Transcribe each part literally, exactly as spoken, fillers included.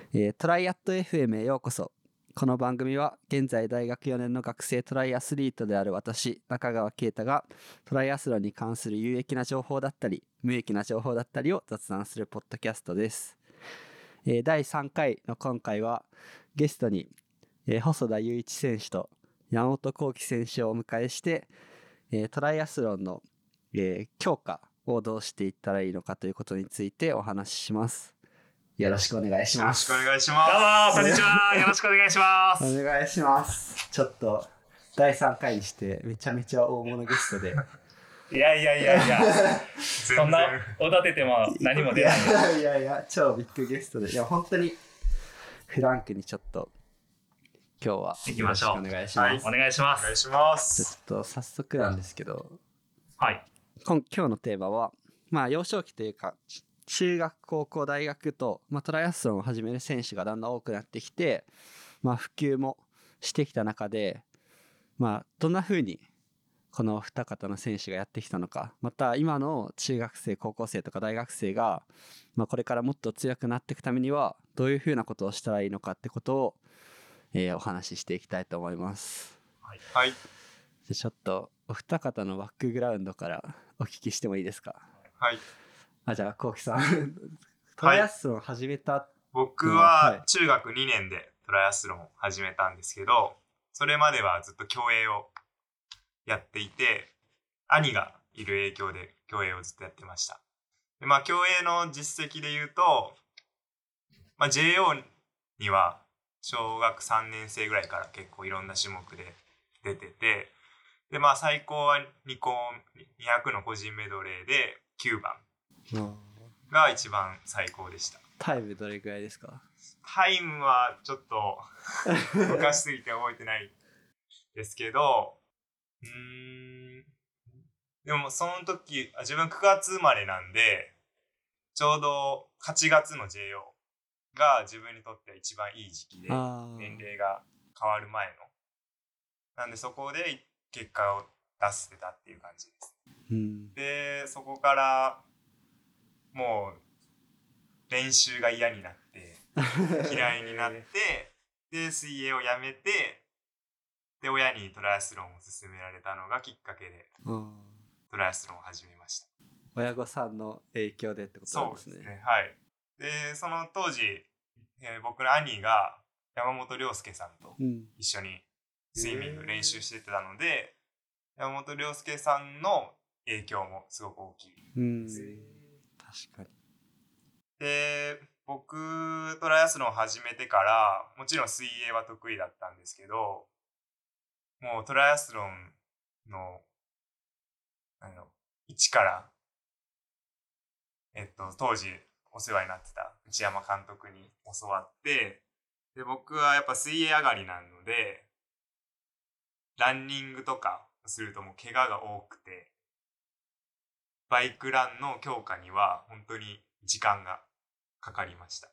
えー、トライアット エフエム へようこそ。この番組は現在大学よねんの学生トライアスリートである私、中川圭太がトライアスロンに関する有益な情報だったり無益な情報だったりを雑談するポッドキャストです。えー、だいさんかいの今回はゲストに、えー、細田雄一選手と山本幸輝選手をお迎えして、えー、トライアスロンの、えー、強化をどうしていったらいいのかということについてお話しします。よろしくお願いします。 よろしくお願いします。どうもこんにちは。よろしくお願いします。 お願いします。ちょっとだいさんかいにしてめちゃめちゃ大物ゲストで。 いやいやいやいや。そんなおだてても何も出ない。 いやいやいや超ビッグゲストで、いや本当にフランクにちょっと今日は行きましょう。 お願いします。 はい、お願いします。お願いします。ちょっと早速なんですけど、 はい。 今今日のテーマはまあ幼少期というか。中学高校大学と、まあ、トライアスロンを始める選手がだんだん多くなってきて、まあ、普及もしてきた中で、まあ、どんな風にこの二方の選手がやってきたのか、また今の中学生高校生とか大学生が、まあ、これからもっと強くなっていくためにはどういう風なことをしたらいいのかってことを、えー、お話ししていきたいと思います。 はい、はい、 じゃちょっとお二方のバックグラウンドからお聞きしてもいいですか？ はい。 あ、じゃあ幸輝さんトライアスロンを始めた、はい、 僕は中学にねんでトライアスロンを始めたんですけど、それまではずっと競泳をやっていて、兄がいる影響で競泳をずっとやってました。で、まあ競泳の実績で言うと、まあ、ジェイオー には小学さんねん生ぐらいから結構いろんな種目で出てて、でまあ最高はにこにひゃくの個人メドレーできゅうばんが一番最高でした。 タイムどれぐらいですか？ タイムはちょっと昔すぎて覚えてないですけど、うーんでもその時自分くがつ生まれなんで、ちょうどはちがつの ジェイオー が自分にとっては一番いい時期で、年齢が変わる前のなんでそこで結果を出してたっていう感じです、うん、でそこからもう練習が嫌になって嫌いになってで水泳をやめて、で親にトライアスロンを勧められたのがきっかけで、うん、トライアスロンを始めました。 親御さんの影響でってことなんですね。 そうですね、はい。でその当時、えー、僕の兄が山本涼介さんと一緒にスイミング練習してたので、山本涼介さんの影響もすごく大きいです。 確かに。 で、僕トライアスロンを始めてからもちろん水泳は得意だったんですけど、もうトライアスロンのあの一からえっと当時お世話になってた内山監督に教わって、で僕はやっぱ水泳上がりなのでランニングとかするともう怪我が多くて、バイクランの強化には本当に時間がかかりました。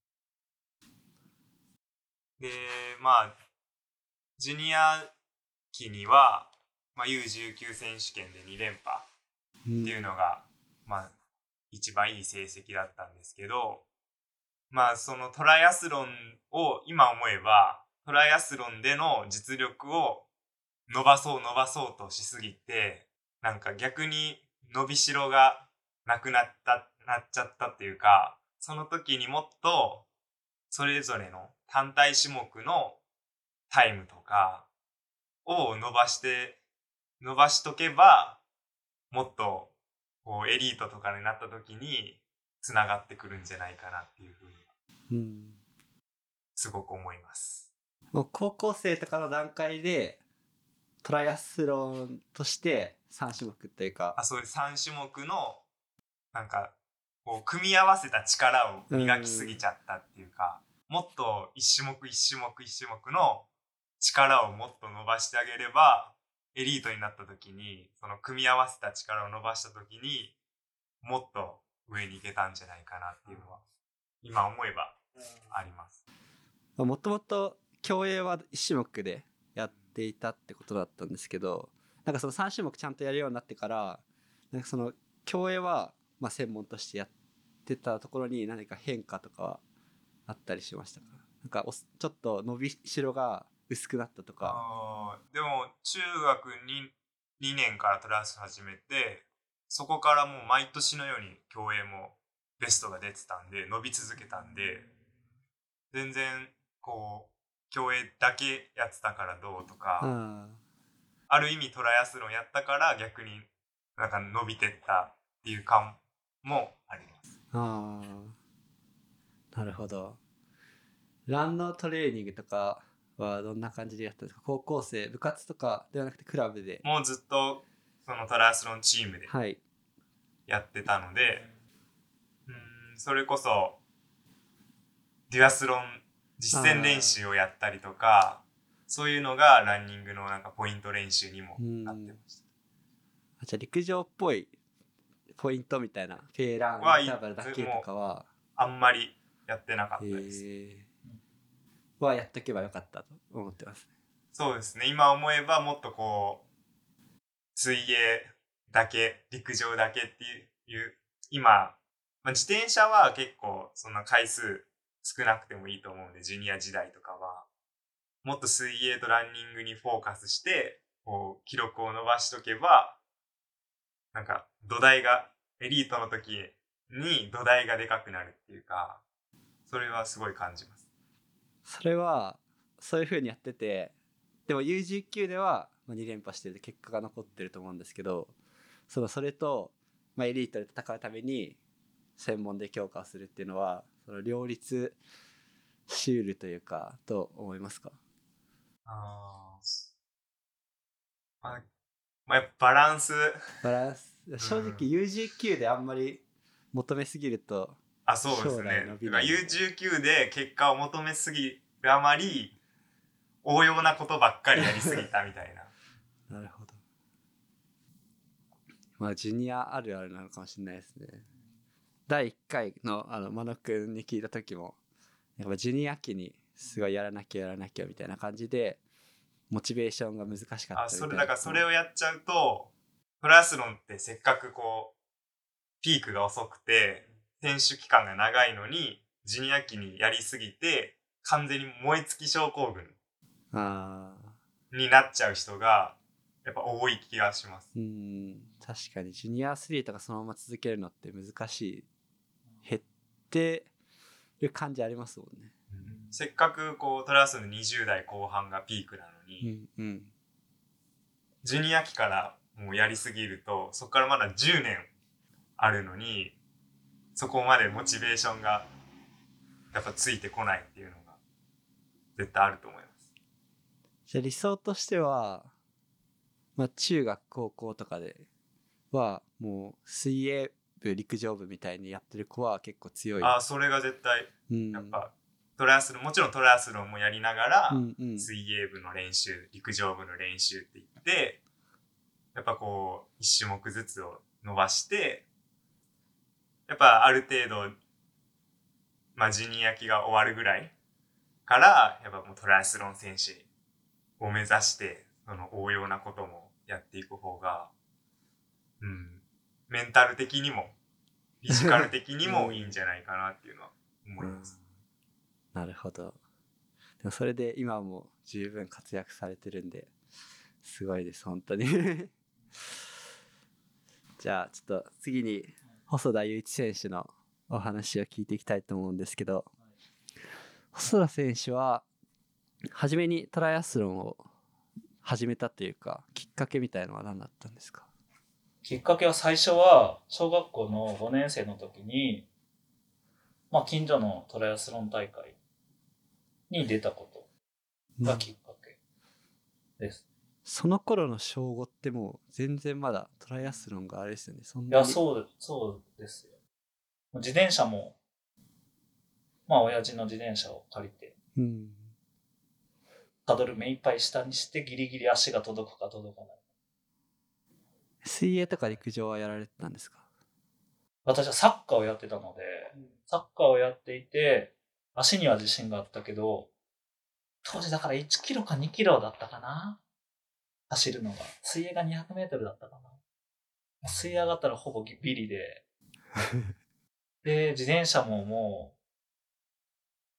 でまあジュニア期には、まあ、ユーじゅうきゅう 選手権でに連覇っていうのが、うん、まあ一番いい成績だったんですけど、まあそのトライアスロンを今思えばトライアスロンでの実力を伸ばそう伸ばそうとしすぎて、なんか逆に伸びしろがなくなったなっちゃったっていうか、その時にもっとそれぞれの単体種目のタイムとかを伸ばして伸ばしとけば、もっとこうエリートとかになった時につながってくるんじゃないかなっていうふうに、うん、すごく思います。 もう高校生とかの段階でトライアスロンとしてさん種目っていうか、 あ、そういうさん種目のなんかこう組み合わせた力を磨きすぎちゃったっていうか、うん、もっと一種目一種目一種目の力をもっと伸ばしてあげれば、エリートになった時にその組み合わせた力を伸ばした時にもっと上に行けたんじゃないかなっていうのは今思えばあります。 もともと競泳は一種目でやっていたってことだったんですけど、なんかそのさん種目ちゃんとやるようになってから、なんかその競泳はまあ専門としてやってたところに何か変化とかはあったりしましたか？なんかおちょっと伸びしろが薄くなったとか。 あでも中学ににねんからトライアスロン始めて、そこからもう毎年のように競泳もベストが出てたんで伸び続けたんで、全然こう競泳だけやってたからどうとか、 あある意味トライアスロンやったから逆になんか伸びてったっていう感もあります。 あー、なるほど。ランのトレーニングとかはどんな感じでやったんですか？高校生部活とかではなくてクラブで。 もうずっとそのトライアスロンチームではいやってたので、うーんそれこそデュアスロン実践練習をやったりとか、そういうのがランニングのなんかポイント練習にもなってました。 あ、じゃあ陸上っぽいポイントみたいなフェーランはインターバルだけとかはあんまりやってなかったです。 えー、はやっとけばよかったと思ってますね。 そうですね。今思えばもっとこう水泳だけ陸上だけっていう今、まあ、自転車は結構そんな回数少なくてもいいと思うんで、ジュニア時代とかはもっと水泳とランニングにフォーカスしてこう記録を伸ばしとけば、なんか土台がエリートの時に土台がでかくなるっていうか、それはすごい感じます。 それはそういう風にやってて、でも ユーじゅうきゅう ではに連覇してる結果が残ってると思うんですけど、そのそれと、まあ、エリートで戦うために専門で強化をするっていうのはその両立シュールというかと思いますか？ あー、まあ、まあ、バランスバランス正直 ユーじゅうきゅう であんまり求めすぎるとあ、そうです将来伸ね。だからびない。 ユーじゅうきゅう で結果を求めすぎるあまり応用なことばっかりやりすぎたみたいな。 なるほど。まあジュニアあるあるなのかもしれないですね。だいいっかいのあの真野くんに聞いた時もやっぱジュニア期にすごいやらなきゃやらなきゃみたいな感じでモチベーションが難しかったみたいな。 あ、それだからそれをやっちゃうと、トライアスロンってせっかくこうピークが遅くて選手期間が長いのに、ジュニア期にやりすぎて完全に燃え尽き症候群になっちゃう人がやっぱ多い気がします。 うん、確かにジュニアアスリートがそのまま続けるのって難しい、減ってる感じありますもんね。 うん、せっかくこうトライアスロンのにじゅう代後半がピークなのに、 うんうん、 ジュニア期からもうやりすぎると、そこからまだじゅうねんあるのに、そこまでモチベーションがやっぱついてこないっていうのが絶対あると思います。 じゃあ理想としては、まあ、中学高校とかではもう水泳部陸上部みたいにやってる子は結構強い。 ああ、それが絶対、 うん、 やっぱトライアスロン、もちろんトライアスロンもやりながら、 うんうん、 水泳部の練習、陸上部の練習って言って、やっぱこう一種目ずつを伸ばして、やっぱある程度、まあ、ジュニア期が終わるぐらいからやっぱもうトライアスロン選手を目指して、その応用なこともやっていく方が、うん、メンタル的にもフィジカル的にもいいんじゃないかなっていうのは思います。 うん、なるほど。でもそれで今も十分活躍されてるんですごいです本当にじゃあちょっと次に細田雄一選手のお話を聞いていきたいと思うんですけど、細田選手は初めにトライアスロンを始めたというかきっかけみたいのは何だったんですか？ きっかけは最初は小学校のごねん生の時に、まあ、近所のトライアスロン大会に出たことがきっかけです。 うん、その頃の小ごってもう全然まだトライアスロンがあれですよね。そんなに。いや、そう、そうですよ。自転車も、まあ、親父の自転車を借りて、うん、パドル目いっぱい下にしてギリギリ足が届くか届かない。 水泳とか陸上はやられてたんですか？ 私はサッカーをやってたので、サッカーをやっていて、足には自信があったけど、当時だからいちキロかにキロだったかな、走るのが。水泳がにひゃくメートルだったかな。水泳上がったらほぼビリで。で、自転車もも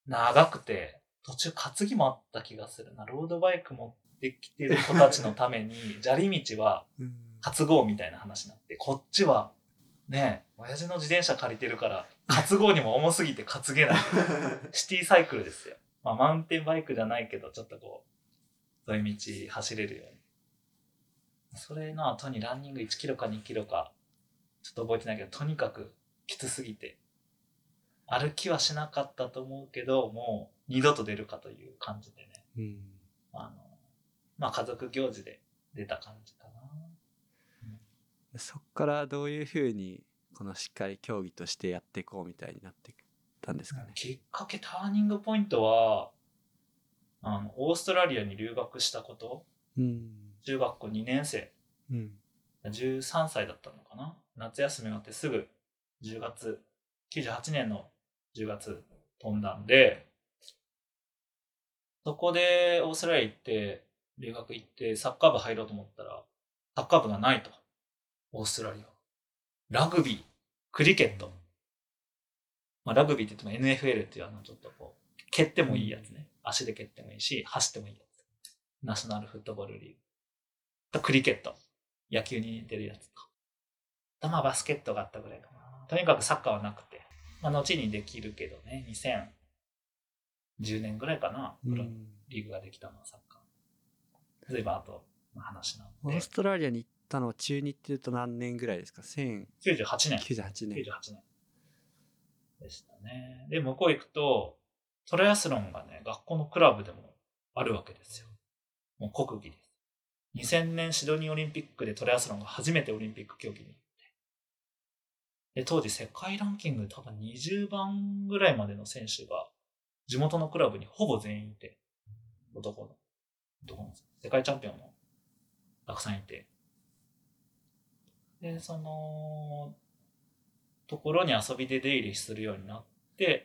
長くて、途中担ぎもあった気がするな。ロードバイク持ってきてる子たちのために、砂利道は担ごうみたいな話になって、こっちは、ねえ、親父の自転車借りてるから、担ごうにも重すぎて担げない。シティサイクルですよ。まあ、マウンテンバイクじゃないけど、ちょっとこう、そういう道走れるように。それの後にランニングいちキロかにキロか、ちょっと覚えてないけど、とにかくきつすぎて、歩きはしなかったと思うけど、もう二度と出るかという感じでね。うん、あの、まあ家族行事で出た感じかな。 うん、そっからどういうふうに、このしっかり競技としてやっていこうみたいになってたんですかね。 きっかけ、ターニングポイントは、あの、オーストラリアに留学したこと。うん、中学校にねん生。うん、じゅうさんさいだったのかな。夏休みがあってすぐじゅうがつ、きゅうじゅうはちねんのじゅうがつ飛んだんで、そこでオーストラリア行って、留学行ってサッカー部入ろうと思ったら、サッカー部がないと。オーストラリア。ラグビー、クリケット。まあ、ラグビーって言っても エヌエフエル っていうあのちょっとこう、蹴ってもいいやつね。足で蹴ってもいいし、走ってもいいやつ。ナショナルフットボールリーグ。とクリケット。野球に似てるやつと。とまあバスケットがあったぐらいかな。とにかくサッカーはなくて。まあ後にできるけどね、にせんじゅうねんぐらいかな。プロリーグができたのはサッカー。ずいぶん後の話なので。 オーストラリアに行ったのは中にっていうと何年ぐらいですか？せんきゅうじゅうはちねん。 きゅうじゅうはちねん。 きゅうじゅうはちねん。でしたね。で、向こう行くと、トライアスロンがね、学校のクラブでもあるわけですよ。もう国技です。にせんねんシドニーオリンピックでトライアスロンが初めてオリンピック競技に行って。で、当時世界ランキング多分にじゅうばんぐらいまでの選手が地元のクラブにほぼ全員いて、男の、男の世界チャンピオンもたくさんいて。で、その、ところに遊びで出入りするようになって、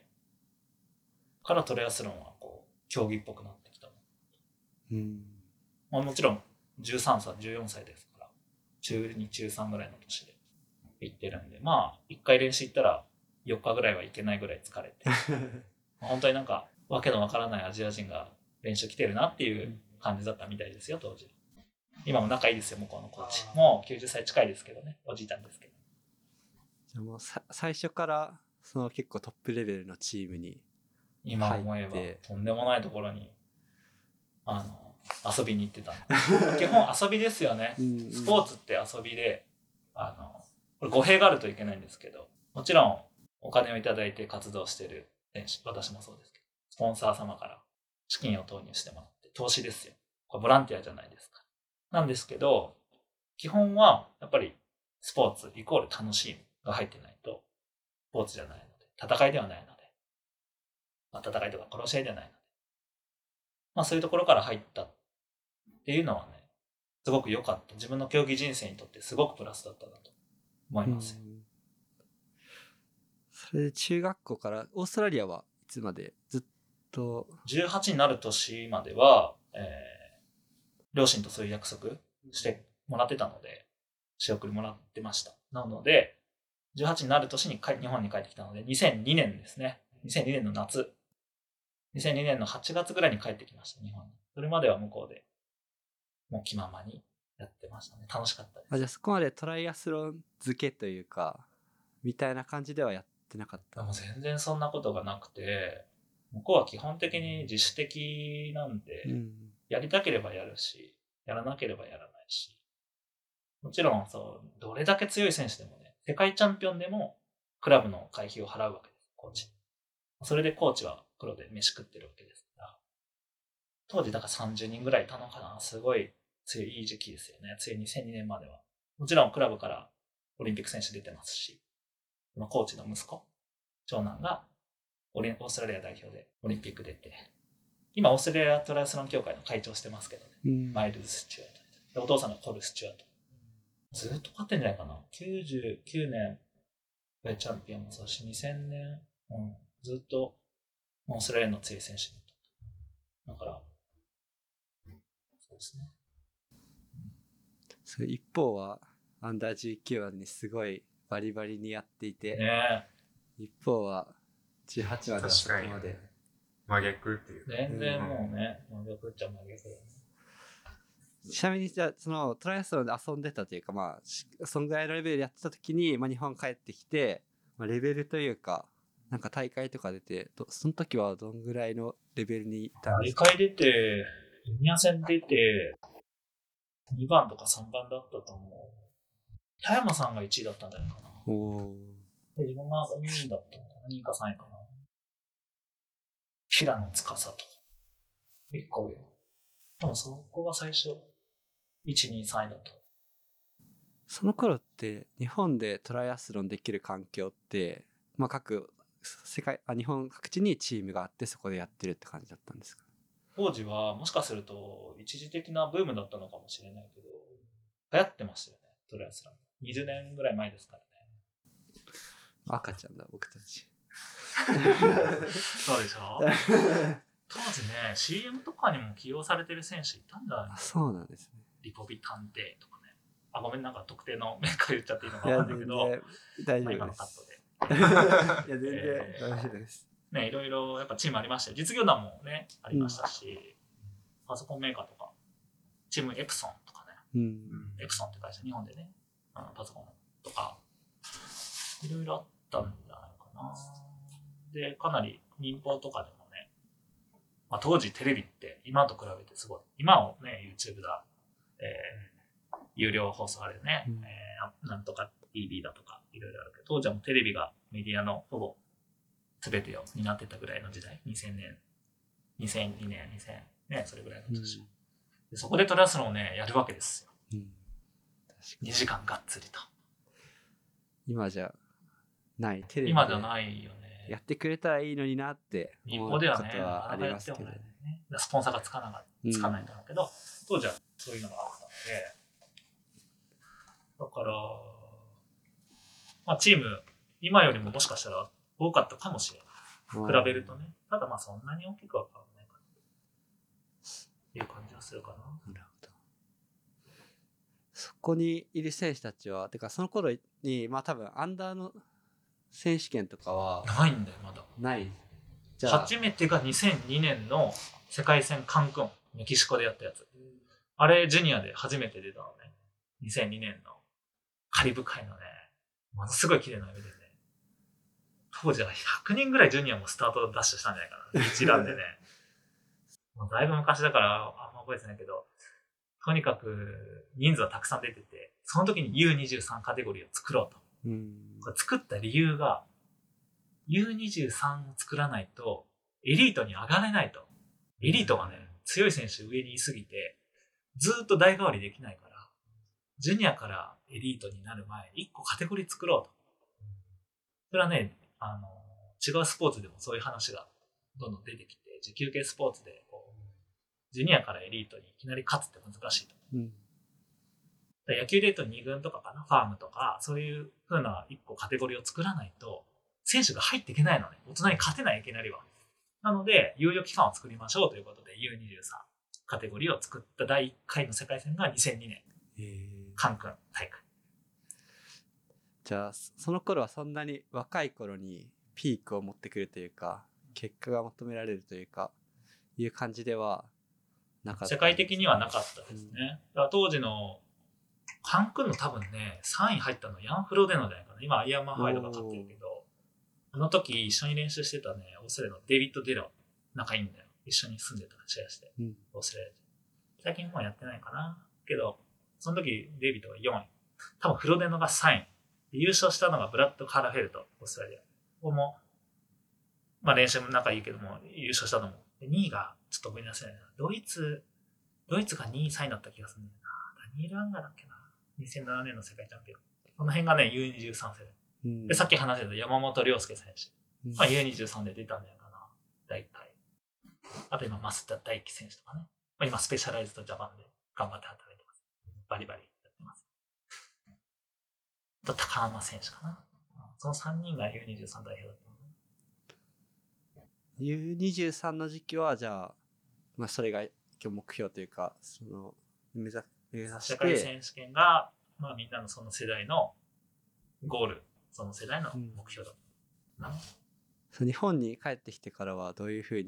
からトライアスロンはこう、競技っぽくなってきた。うん。まあもちろん、じゅうさんさい、じゅうよんさいですから、中に、中さんぐらいの年で行ってるんで、まあ、一回練習行ったらよっかぐらいは行けないぐらい疲れて、本当になんか、わけのわからないアジア人が練習来てるなっていう感じだったみたいですよ、当時。今も仲いいですよ、向こうのコーチ。もうきゅうじゅっさい近いですけどね、おじいちゃんですけど。 じゃあもうさ最初からその結構トップレベルのチームに今思えばとんでもないところにあの遊びに行ってた基本遊びですよね。うんうん、スポーツって遊びで、あのこれ語弊があるといけないんですけど、もちろんお金をいただいて活動してる選手、私もそうですけど、スポンサー様から資金を投入してもらって投資ですよ。これボランティアじゃないですか。なんですけど、基本はやっぱりスポーツイコール楽しいが入ってないとスポーツじゃないので、戦いではないので、まあ、戦いとか殺し合いではないので、まあそういうところから入ったっていうのはね、すごく良かった。自分の競技人生にとってすごくプラスだったなと思いますよ。 それで中学校からオーストラリアはいつまでずっとじゅうはちになる年までは、えー、両親とそういう約束してもらってたので、仕送りもらってました。なので、じゅうはちになる年に日本に帰ってきたので、にせんにねんですね。にせんにねんの夏。にせんにねんのはちがつぐらいに帰ってきました、日本に。それまでは向こうで、もう気ままにやってましたね。楽しかったです。 あ、じゃあそこまでトライアスロン漬けというか、みたいな感じではやってなかった？ もう全然そんなことがなくて、向こうは基本的に自主的なんで、うん、やりたければやるし、やらなければやらないし。もちろん、そう、どれだけ強い選手でもね、世界チャンピオンでもクラブの会費を払うわけです、コーチ。それでコーチはプロで飯食ってるわけですから。当時だからさんじゅうにんぐらいいたのかな。すごい強いいい時期ですよね。強いにせんにねんまでは。もちろんクラブからオリンピック選手出てますし、コーチの息子、長男がオーストラリア代表でオリンピック出て、今オーストラリアトライアスロン協会の会長してますけどね。うん、マイルズ・スチュワートで。お父さんがコル・スチュワート。ずっと勝ってんじゃないかな。きゅうじゅうきゅうねんチャンピオンもそうし、にせんねん、うん、ずっとオーストラリアの強い選手だから、そうですね。 それ一方はアンダーじゅうきゅうはね、すごいバリバリにやっていて、 ね、 一方はじゅうはちまではそこまで真逆っていう。 全然もうね、真逆っちゃ真逆だよね。 ちなみにじゃあそのトライアスロンで遊んでたというか、まあそんぐらいのレベルでやってた時に、まあ、日本帰ってきて、まあ、レベルというかなんか大会とか出て、その時はどんぐらいのレベルにいたんですか？ 大会出て、ジュニア戦出て、にばんとかさんばんだったと思う。田山さんがいちいだったんじゃないかな。 おで自分がにいだったのかな。にいかさんいかな。平野司と。いっこ上。多分そこが最初。いち、に、さんいだと。 その頃って日本でトライアスロンできる環境って、まあ、各世界あ日本各地にチームがあってそこでやってるって感じだったんですか？ 当時はもしかすると一時的なブームだったのかもしれないけど、流行ってましたよね、トライアスロン。にじゅうねんぐらい前ですからね。 赤ちゃんだ僕たち。 そうでしょ当時ね シーエム とかにも起用されてる選手いたんじゃないかな。 そうなんですね。 リポビ探偵とかね。あ、ごめん、なんか特定のメーカー言っちゃっていいのか分かんないけど、 大丈夫です。 まあ、今のカットで。 いや全然大丈夫です。 ね、いろいろやっぱチームありましたよ。実業団もねありましたし、うん、パソコンメーカーとかチームエプソンとかね、 うん、 エプソンって会社日本でね、あのパソコンとかいろいろあったんじゃないかな。でかなり民放とかでもね、まあ、当時テレビって今と比べてすごい、今はね YouTube だ、えー、有料放送あるね、うん、えー、なんとか ティービー だとかいろいろあるけど、当時はもうテレビがメディアのほぼ全てを担ってたぐらいの時代、にせんねん、にせんにねん、にせんね、それぐらいの年、うん、でそこでトライアスロンをねやるわけですよ、うん、確かににじかんがっつりと。今じゃないテレビ今じゃないよね。 やってくれたらいいのになって思うことはありますけど、ね、 スポンサーがつかなつかないと思うけど、うん、当時はそういうのがあったので、だから、まあ、チーム今よりももしかしたら多かったかもしれない。比べるとね。ただまあそんなに大きくは変わらないかなという感じはするかな。 なるほど。そこにいる選手たちは、てかその頃にまあ多分アンダーの選手権とかはないんだよまだ。 ない。 じゃあ初めてがにせんにねんの世界戦カンクン、メキシコでやったやつ。あれジュニアで初めて出たのね。にせんにねんのカリブ海のね、ものすごい綺麗な海でね。当時はひゃくにんぐらいジュニアもスタートダッシュしたんじゃないかな。一覧でね。もうだいぶ昔だからあんま覚えてないけど、とにかく人数はたくさん出てて、その時に ユーにじゅうさん カテゴリーを作ろうと。うん、これ作った理由が ユーにじゅうさん を作らないとエリートに上がれないと。エリートがね、強い選手上にいすぎてずっと代替わりできないから、ジュニアからエリートになる前にいっこカテゴリー作ろうと。それはね、あの違うスポーツでもそういう話がどんどん出てきて、持久系スポーツでこうジュニアからエリートにいきなり勝つって難しいと。うん、野球で言うとに軍とかかな、ファームとかそういう風ないっこカテゴリーを作らないと選手が入っていけないのね。大人に勝てない、いきなりは。なので猶予期間を作りましょうということで ユーにじゅうさん カテゴリーを作っただいいっかいの世界戦がにせんにねんカンクン大会。 じゃあその頃はそんなに若い頃にピークを持ってくるというか、結果が求められるというかいう感じではなかった、ね、 世界的にはなかったですね、うん、だから当時のカンクンの多分ねさんい入ったのヤンフロデノじゃないかな。今アイアンマンハワイとか勝ってるけど、あの時一緒に練習してたねオーストラリアのデイビッド・デロ、仲いいんだよ。一緒に住んでたシェアして、うん、オーストラリアで最近もうやってないかなけど、その時デイビッドがよんい、多分フロデノがさんい、優勝したのがブラッド・カーラフェルト、オーストラリア。ここも、まあ練習も仲いいけども、優勝したのも。でにいが、ちょっと思い出せないな。ドイツ、ドイツがにい、さんいだった気がするんだよな。ダニエル・アンガーだっけな。にせんななねんの世界チャンピオン。この辺がね、ユーにじゅうさん 世代。うん、で、さっき話してた山本亮介選手。うん、まあ ユーにじゅうさん で出たんじゃないかな。だいたい。あと今、増田大輝選手とかね。まあ、今、スペシャライズドジャパンで頑張って働いてます。バリバリやってます。と高浜選手かな。そのさんにんが ユーにじゅうさん 代表だったの、ね。 ユーにじゅうさん の時期はじゃあ、まあ、それが目標というか、その目指目指して世界選手権が、まあ、みんなのその世代のゴール、その世代の目標だった、 うん、日本に帰ってきてからはどういうふうに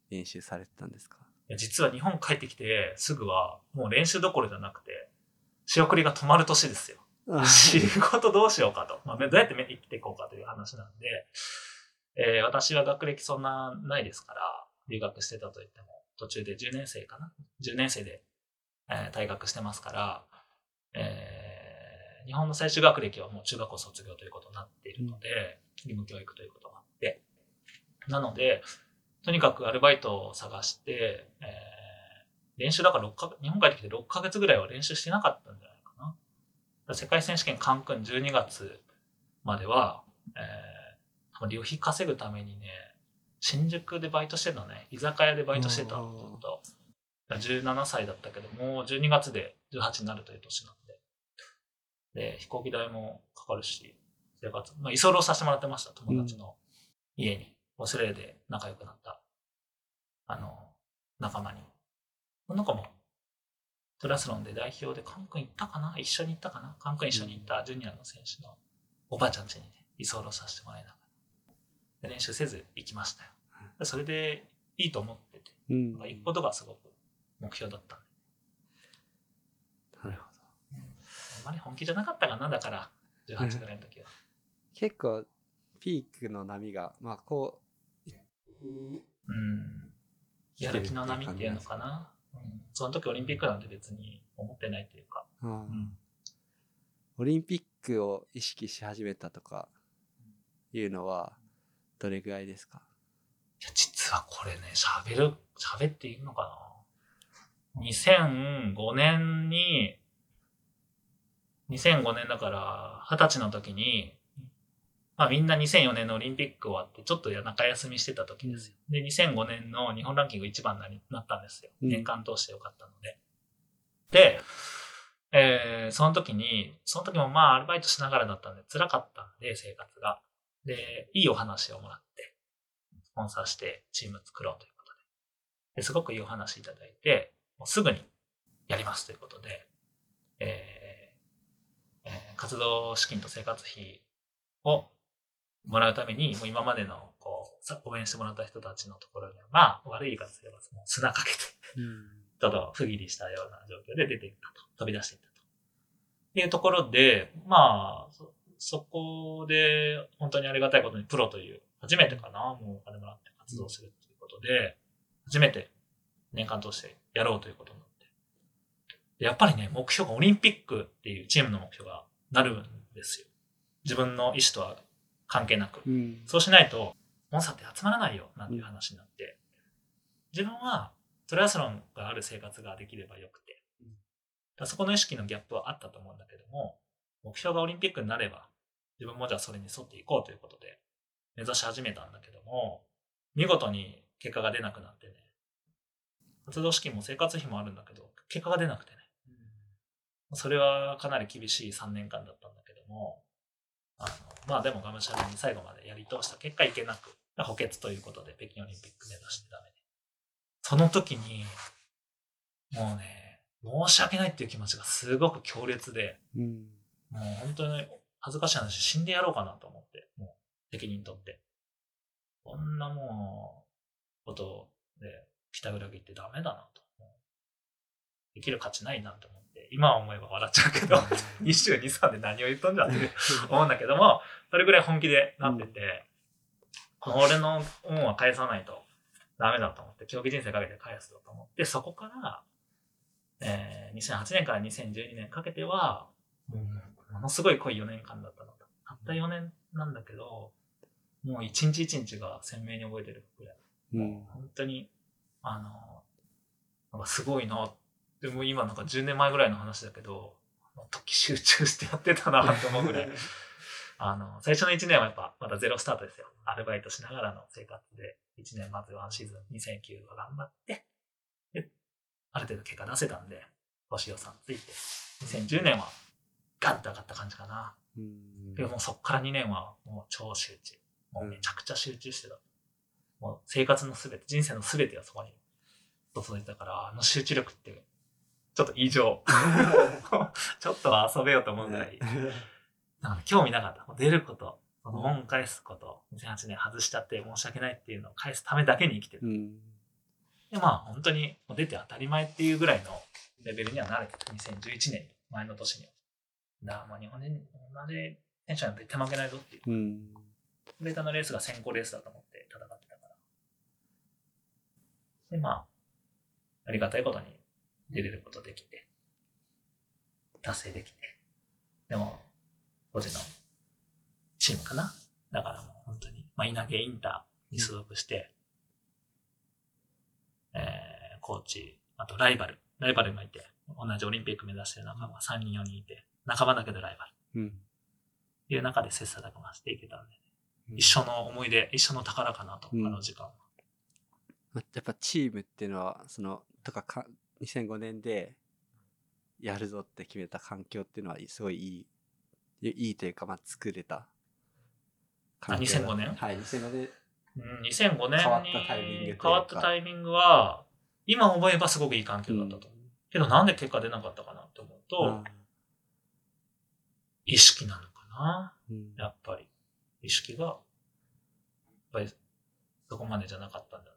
練習されてたんですか？ いや実は日本帰ってきてすぐはもう練習どころじゃなくて仕送りが止まる年ですよ。仕事どうしようかと、まあ、どうやって生きていこうかという話なんで、えー、私は学歴そんなないですから留学してたと言っても途中でじゅうねん生かなじゅうねん生で、えー、退学してますから、えー、日本の最終学歴はもう中学校卒業ということになっているので、うん、義務教育ということがあってなのでとにかくアルバイトを探して、えー、練習だからろっかげつ日本帰ってきてろっかげつぐらいは練習してなかったんじゃないかな。世界選手権カンクンじゅうにがつまでは、えー、旅費稼ぐためにね新宿でバイトしてたね居酒屋でバイトしてたとじゅうななさいだったけどもうじゅうにがつでじゅうはちになるという年なんでで飛行機代もかかるし生活、まあ、居候させてもらってました友達の家に、うん、オーストラリアで仲良くなったあの仲間にこの子もトライアスロンで代表でカンクン行ったかな一緒に行ったかなカンクン一緒に行ったジュニアの選手のおばあちゃん家にね居候させてもらいながら練習せず行きましたよ。それでいいと思ってて、うん、行くことがすごく目標だったんで。なるほど、 うん、あんまり本気じゃなかったかなだからじゅうはちぐらいの時は結構ピークの波がまあこううんやる気の波っていうのかな、うん、その時オリンピックなんて別に思ってないっていうか、うんうん、 オリンピックを意識し始めたとかいうのはどれぐらいですか？ いや実はこれね喋る喋っていいのかなにせんごねんににせんごねんだからはたちの時にまあみんなにせんよねんのオリンピック終わってちょっと中休みしてた時ですよ。で、にせんごねんの日本ランキングいちばんになったんですよ。年間通してよかったので。で、えー、その時に、その時もまあアルバイトしながらだったんで辛かったんで生活が。で、いいお話をもらって、スポンサーしてチーム作ろうということで。ですごくいいお話いただいて、もうすぐにやりますということで、えーえー、活動資金と生活費をもらうために、もう今までのこう応援してもらった人たちのところには、まあ悪い言い方すればもう砂かけて、うん、ちょっと不義理したような状況で出ていったと、飛び出していったというところで、まあ そ, そこで本当にありがたいことにプロという初めてかな、もうお金もらって活動するということで、初めて年間通してやろうということになって、でやっぱりね目標がオリンピックっていうチームの目標がなるんですよ。自分の意思とは関係なく、うん、そうしないとモンスターって集まらないよなんていう話になって、自分はトライアスロンがある生活ができればよくて、だそこの意識のギャップはあったと思うんだけども、目標がオリンピックになれば自分もじゃあそれに沿っていこうということで目指し始めたんだけども、見事に結果が出なくなってね、活動資金も生活費もあるんだけど結果が出なくてね、うん、それはかなり厳しいさんねんかんだったんだけども、あのまあでもがむしゃらに最後までやり通した結果いけなく補欠ということで北京オリンピック目指してダメで、その時にもうね申し訳ないっていう気持ちがすごく強烈で、うん、もう本当に恥ずかしい話死んでやろうかなと思って、もう責任取ってこんなもうことで北裏切ってダメだなと、できる価値ないなと思って、今思えば笑っちゃうけどにじゅうに、さんで何を言っとんじゃって思うんだけども、それぐらい本気でなってて、うん、俺の恩は返さないとダメだと思って、競技人生かけて返すと思って、そこから、えー、にせんはちねんからにせんじゅうにねんかけてはもうものすごい濃いよねんかんだったの。たったよねんなんだけど、もう一日一日が鮮明に覚えてるぐらい、うん、もう本当にあのなんかすごいなって。でも今なんかじゅうねんまえぐらいの話だけど、あの時集中してやってたなと思うぐらいあの最初のいちねんはやっぱまだゼロスタートですよ。アルバイトしながらの生活でいちねんまずワンシーズンにせんきゅうは頑張って、である程度結果出せたんで星予算ついてにせんじゅうねんはガッと上がった感じかな。うん、でももうそっからにねんはもう超集中、もうめちゃくちゃ集中してた、もう生活のすべて、人生のすべてがそこに注いでたから、あの集中力ってちょっと異常ちょっと遊べようと思うぐらいなんか興味なかった。出ること、恩返すこと、にせんはちねん外しちゃって申し訳ないっていうのを返すためだけに生きてる、うん、 で、まあ本当に出て当たり前っていうぐらいのレベルには慣れてた。にせんじゅういちねんに、前の年には。だからまあ日本人同じ選手には絶対負けないぞっていう。 うん。 フレーターのレースが先行レースだと思って戦ってたから。で、まあ、ありがたいことに出れることできて、達成できて。でも、当時のチームかな。だからもう本当に、まあ、稲毛インターに所属して、うん、えー、コーチ、あとライバル、ライバルもいて、同じオリンピック目指してる仲間がさんにんよにんいて、仲間だけどライバル。うん。いう中で切磋琢磨していけたんで、うん、一緒の思い出、一緒の宝かなと、うん、あの時間は。 やっぱチームっていうのは、その、とかか、にせんごねんでやるぞって決めた環境っていうのは、すごいいい、いいというか、まあ、作れた環境。あ、にせんごねん？ はい、にせんごねん。 うん、にせんごねんに変わったタイミング変わったタイミングは、今思えばすごくいい環境だったと。うん、けどなんで結果出なかったかなって思うと、うん、意識なのかな、うん、やっぱり。意識が、やっぱりそこまでじゃなかったんだ。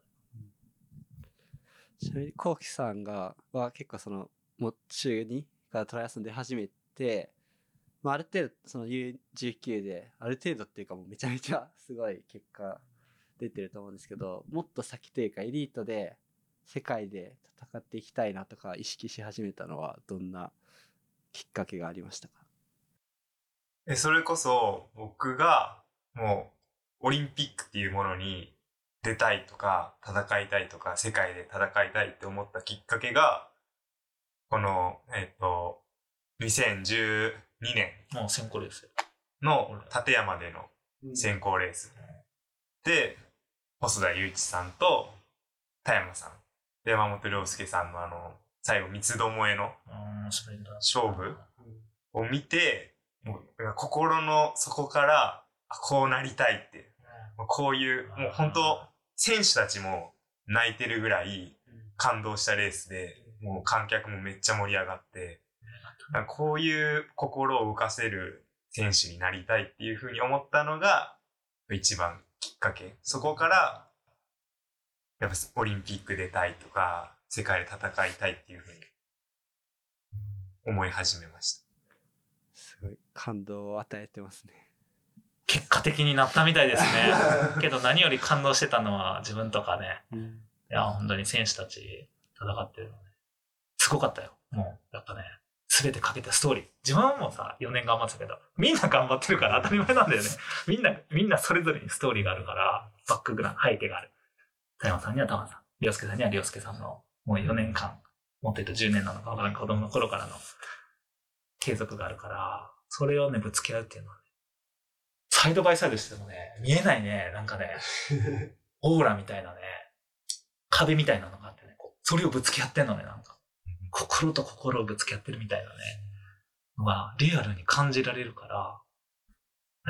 ちなみに、コウキさんが、は結構その、もう中にからトライアスロン出始めて、まあ、ある程度、その ユーじゅうきゅう で、ある程度っていうかもうめちゃめちゃすごい結果出てると思うんですけど、もっと先というかエリートで世界で戦っていきたいなとか意識し始めたのはどんなきっかけがありましたか？ え、それこそ僕がもうオリンピックっていうものに出たいとか戦いたいとか世界で戦いたいって思ったきっかけが、この、えっと、にせんじゅうにねんの先行レースの立山での先行レースで、細田雄一さんと田山さん、山本涼介さんのあの、最後三つどもえの勝負を見て、もう心の底からこうなりたいって、こういう、もう本当選手たちも泣いてるぐらい感動したレースで、もう観客もめっちゃ盛り上がって、こういう心を浮かせる選手になりたいっていうふうに思ったのが一番きっかけ。そこからやっぱオリンピック出たいとか世界で戦いたいっていうふうに思い始めました。 すごい感動を与えてますね。 結果的になったみたいですね。けど何より感動してたのは自分とかね。うん、いや本当に選手たち戦ってるのね。すごかったよ。もうやっぱね、全てかけたストーリー。自分もさよねん頑張ってたけど、みんな頑張ってるから当たり前なんだよね。みんなみんなそれぞれにストーリーがあるから、バックグラウンド背景がある。田山さんには田山さん、凌介さんには凌介さんのもうよねんかん、もっと言うとじゅうねんなのかわからん子供の頃からの継続があるから、それをねぶつけ合うっていうのはね、サイドバイサイドしてもね見えないね、なんかねオーラみたいなね壁みたいなのがあってね、こうそれをぶつけ合ってんのね、なんか心と心をぶつけ合ってるみたいなねのがリアルに感じられるから、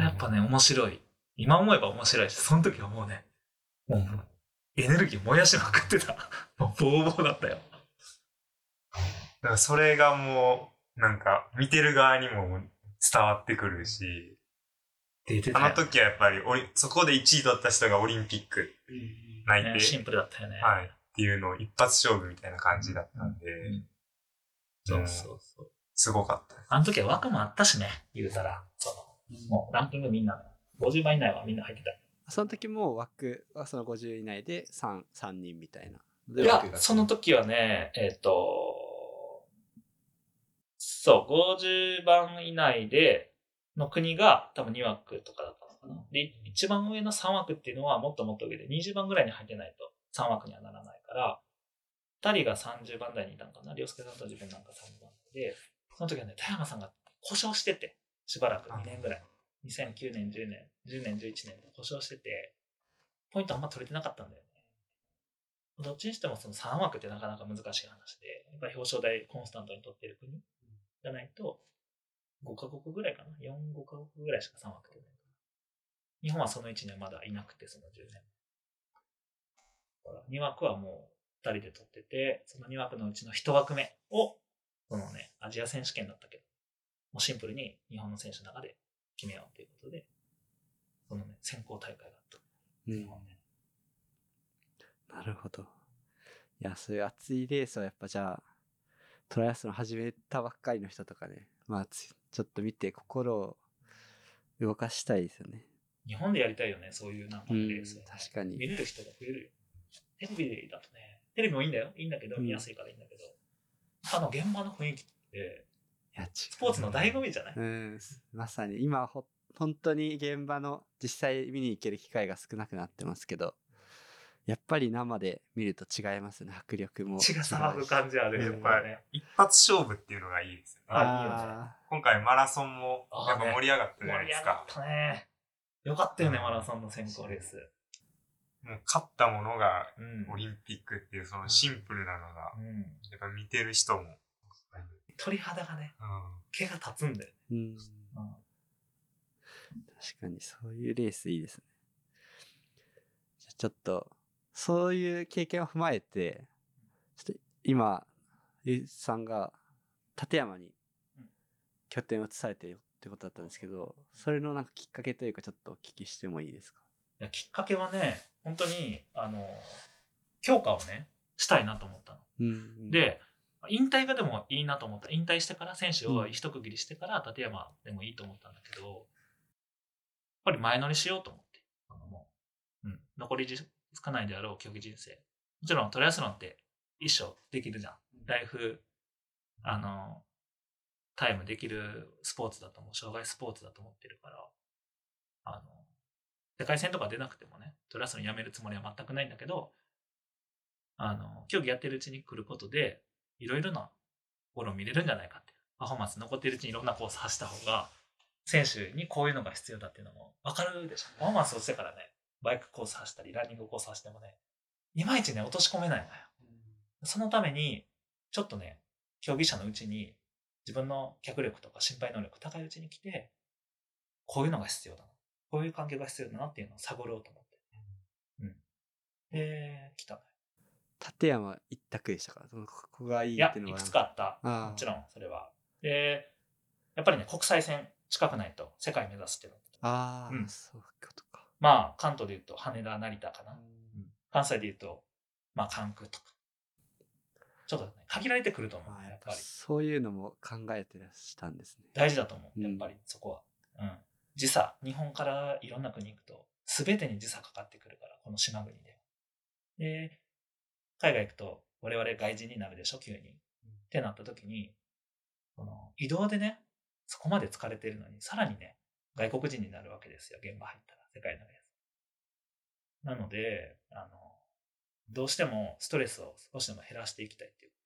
やっぱね面白い。今思えば面白いし、その時はもうねもうエネルギー燃やしまくってた。もうボーボーだったよ。 だからそれがもうなんか見てる側にも伝わってくるし、あの時はやっぱりそこでいちい取った人がオリンピック内定、 ね、シンプルだったよね。 はい。っていうのを一発勝負みたいな感じだったんで、うん、 そうそうそう。 すごかったです。 あの時は枠もあったしね、言うたら、その、もうランキングみんなごじゅうばい以内はみんな入ってた。 その時も枠はそのごじゅう以内で 3, 3人みたいな。 いや、その時はね、えっと、そう、ごじゅうばん以内での国が多分に枠とかだったのかな。で、一番上のさん枠っていうのはもっともっと上でにじゅうばんぐらいに入ってないとさん枠にはならないから、ふたりがさんじゅうばん台にいたのかな。凌介さんと自分なんかさんじゅうばん台で、その時はね、田山さんが故障してて、しばらくにねんぐらい。にせんきゅうねん、じゅうねん、じゅうねん、じゅういちねんで故障してて、ポイントあんま取れてなかったんだよね。どっちにしてもそのさん枠ってなかなか難しい話で、やっぱり表彰台コンスタントに取ってる国じゃないと、ごカ国ぐらいかな ?よん、ごカ国ぐらいしかさん枠取れないから。日本はその位置にはまだいなくて、そのじゅうねん。だからに枠はもうふたりで取ってて、そのに枠のうちのいち枠目を、そのね、アジア選手権だったけど、もうシンプルに日本の選手の中で決めようということで、そのね、選考大会があった。 うん、なるほど。 いや、そういう熱いレースをやっぱじゃあ、トライアスロン始めたばっかりの人とかね、まあ、ちょっと見て心を動かしたいですよね。 日本でやりたいよね、そういうなんかレース、ね、 確かに。 見れる人が増えるよ。テレビだとね、テレビもいいんだよ。いいんだけど、見やすいからいいんだけど、あの現場の雰囲気って、いやスポーツの醍醐味じゃない？ うん、まさに今ほ、本当に現場の実際見に行ける機会が少なくなってますけど、やっぱり生で見ると違いますね、迫力も。 血が騒ぐ感じある、 やっやっぱりね。 一発勝負っていうのがいいですよね。 あ、いいよね。 今回マラソンもやっぱ盛り上がったじゃないですか。 盛り上がったね。よかったよね、マラソンの選考レース。 もう勝ったものがオリンピックっていうそのシンプルなのが、 うん、 やっぱ見てる人も。 鳥肌がね、うん、毛が立つんだよね。うんうん、 確かにそういうレースいいですね。じゃあちょっと、そういう経験を踏まえて、ちょっと今、ゆうさんが立山に拠点を移されているってことだったんですけど、それのなんかきっかけというかちょっとお聞きしてもいいですか？ いや、きっかけはね、本当に、あの、強化をね、したいなと思ったの。うんうん、で、引退がでもいいなと思った。引退してから、選手を一区切りしてから立山でもいいと思ったんだけど、やっぱり前乗りしようと思って。あのもう、うん、残り少ないであろう競技人生。もちろんトライアスロンって一生できるじゃん。ライフ、あの、タイムできるスポーツだと思う。障害スポーツだと思ってるから、あの、世界戦とか出なくてもね、トライアスロンやめるつもりは全くないんだけど、あの、競技やってるうちに来ることで、いろいろなところを見れるんじゃないかって。パフォーマンス残っているうちにいろんなコース走った方が、選手にこういうのが必要だっていうのも分かるでしょ。パフォーマンス落ちてからね、バイクコース走ったり、ランニングコース走ってもね、いまいちね、落とし込めないのよ。そのために、ちょっとね、競技者のうちに、自分の脚力とか心配能力高いうちに来て、こういうのが必要だな。こういう環境が必要だなっていうのを探ろうと思って。うん。で、来たのよ。 立山一択でしたか？ここがいいっていうのは。 いや、いくつかあった。もちろん、それは。で、やっぱりね、国際線近くないと世界目指すっていうの。 ああ、うん、そういうことか。 まあ、関東で言うと羽田、成田かな。うん、関西で言うと、まあ、関空とか。ちょっとね、限られてくると思う、やっぱり。 そういうのも考えてらしたんですね。 大事だと思う、やっぱり、そこは。うん。時差、日本からいろんな国行くと、すべてに時差かかってくるから、この島国で。で、海外行くと、我々外人になるでしょ、急に。うん、ってなった時に、この移動でね、そこまで疲れてるのに、さらにね、外国人になるわけですよ、現場入ったら、世界のレース。なので、あの、どうしてもストレスを少しでも減らしていきたいっていう。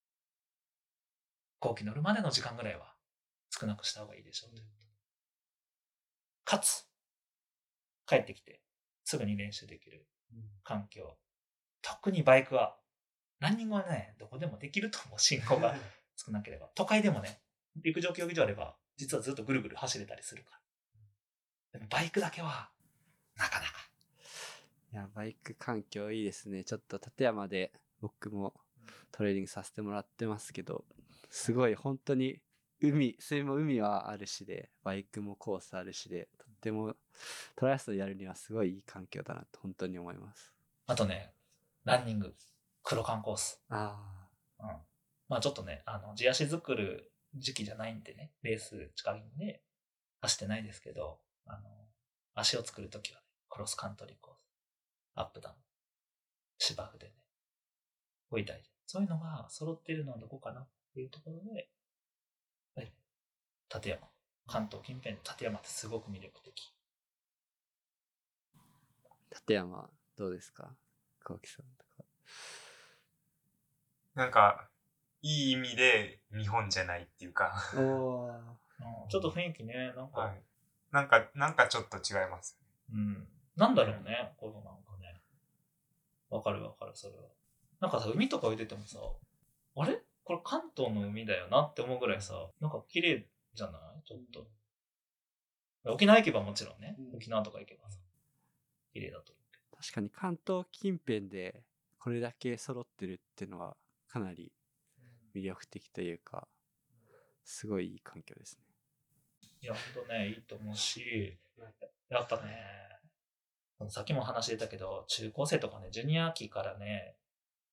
飛行機乗るまでの時間ぐらいは少なくした方がいいでしょうという。かつ、帰ってきてすぐに練習できる環境。うん、特にバイクは、ランニングはね、どこでもできると思う。進行が少なければ。都会でもね、陸上競技場あれば、実はずっとぐるぐる走れたりするから。でもバイクだけは、なかなか。 いや、バイク環境いいですね。ちょっと立山で僕もトレーニングさせてもらってますけど、すごい本当に海、それも海はあるしで、バイクもコースあるしで、とってもトライアスロンやるにはすごいいい環境だなと本当に思います。 あとね、ランニング、黒缶コース。 ああ。うん。まあちょっとね、あの、地足作る時期じゃないんでね、レース近いんで、走ってないですけど、あの、足を作るときはね、クロスカントリーコース。アップダウン。芝生でね。こういう大事。そういうのが揃っているのはどこかなっていうところで、はい、立山。関東近辺の立山ってすごく魅力的。 立山、どうですか？青木さんとか。 なんか、いい意味で日本じゃないっていうかおちょっと雰囲気ね、なんか、はい、 なんか、なんかちょっと違います。 うん。なんだろうね、このなんかね。わかるわかる、それは。なんかさ、海とか泳いでてもさ、あれこれ関東の海だよなって思うぐらいさ、なんか綺麗じゃないちょっと。沖縄行けばもちろんね、沖縄とか行けばさ、綺麗だと思うけど。 確かに関東近辺でこれだけ揃ってるっていうのはかなり魅力的というか、すごいいい環境ですね。 いや、ほんとね、いいと思うし、やっぱね、さっきも話してたけど、中高生とかね、ジュニア期からね、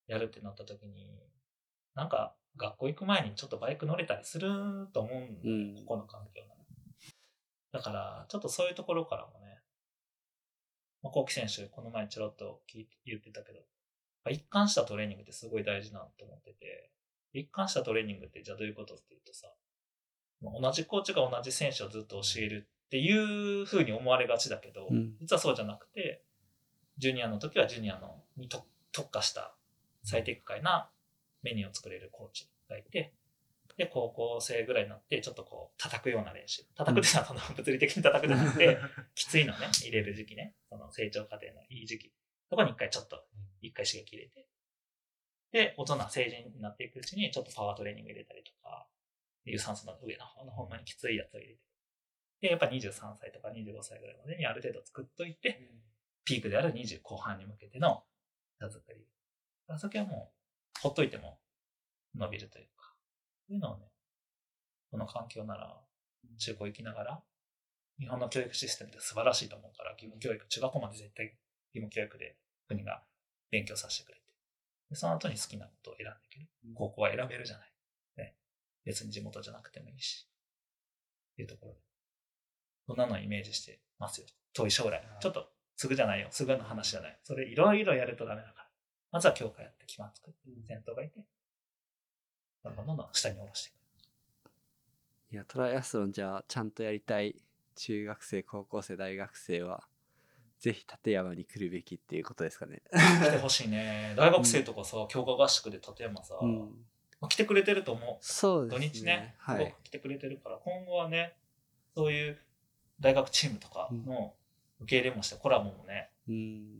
やるってなった時に、なんか学校行く前にちょっとバイク乗れたりすると思うんだよ、うん、ここの環境なの。だからちょっとそういうところからもね、まあ、コウキ選手この前ちょろっと聞いて言ってたけど、一貫したトレーニングってすごい大事なと思ってて、一貫したトレーニングってじゃあどういうことって言うとさ、同じコーチが同じ選手をずっと教えるっていう風に思われがちだけど、うん、実はそうじゃなくて、ジュニアの時はジュニアのに特化した最適解なメニューを作れるコーチがいて、で、高校生ぐらいになってちょっとこう叩くような練習。叩くってのはその物理的に叩くじゃなくて、きついのね、入れる時期ね、その成長過程のいい時期。そこに一回ちょっと、一回刺激入れて、で、大人、成人になっていくうちにちょっとパワートレーニング入れたりとか、有酸素の上の方のほんまにきついやつを入れて。で、やっぱにじゅうさんさいとかにじゅうごさいぐらいまでにある程度作っといて、うん、ピークであるにじゅう後半に向けての手作り。そこはもう、ほっといても伸びるというか、そういうのをね、この環境なら、中高行きながら、日本の教育システムって素晴らしいと思うから、義務教育、中学校まで絶対義務教育で国が勉強させてくれて、でその後に好きなことを選んでいける。高校は選べるじゃない。ね、別に地元じゃなくてもいいし。っていうところで。そんなのをイメージしてますよ。遠い将来。ちょっとすぐじゃないよ。すぐの話じゃない。それいろいろやるとダメだから。まずは強化やって基盤作って、先頭がいて、どんどんどんどん下に下ろしていく。 いや、トライアスロンじゃあちゃんとやりたい中学生、高校生、大学生は、ぜひ立山に来るべきっていうことですかね。 来てほしいね。大学生とかさ、うん、強化合宿で立山さ、うんまあ、来てくれてると思う。 そうですね。 土日ね、 はい、 すごく来てくれてるから、今後はね、そういう大学チームとかの受け入れもして、コラボもね、うん、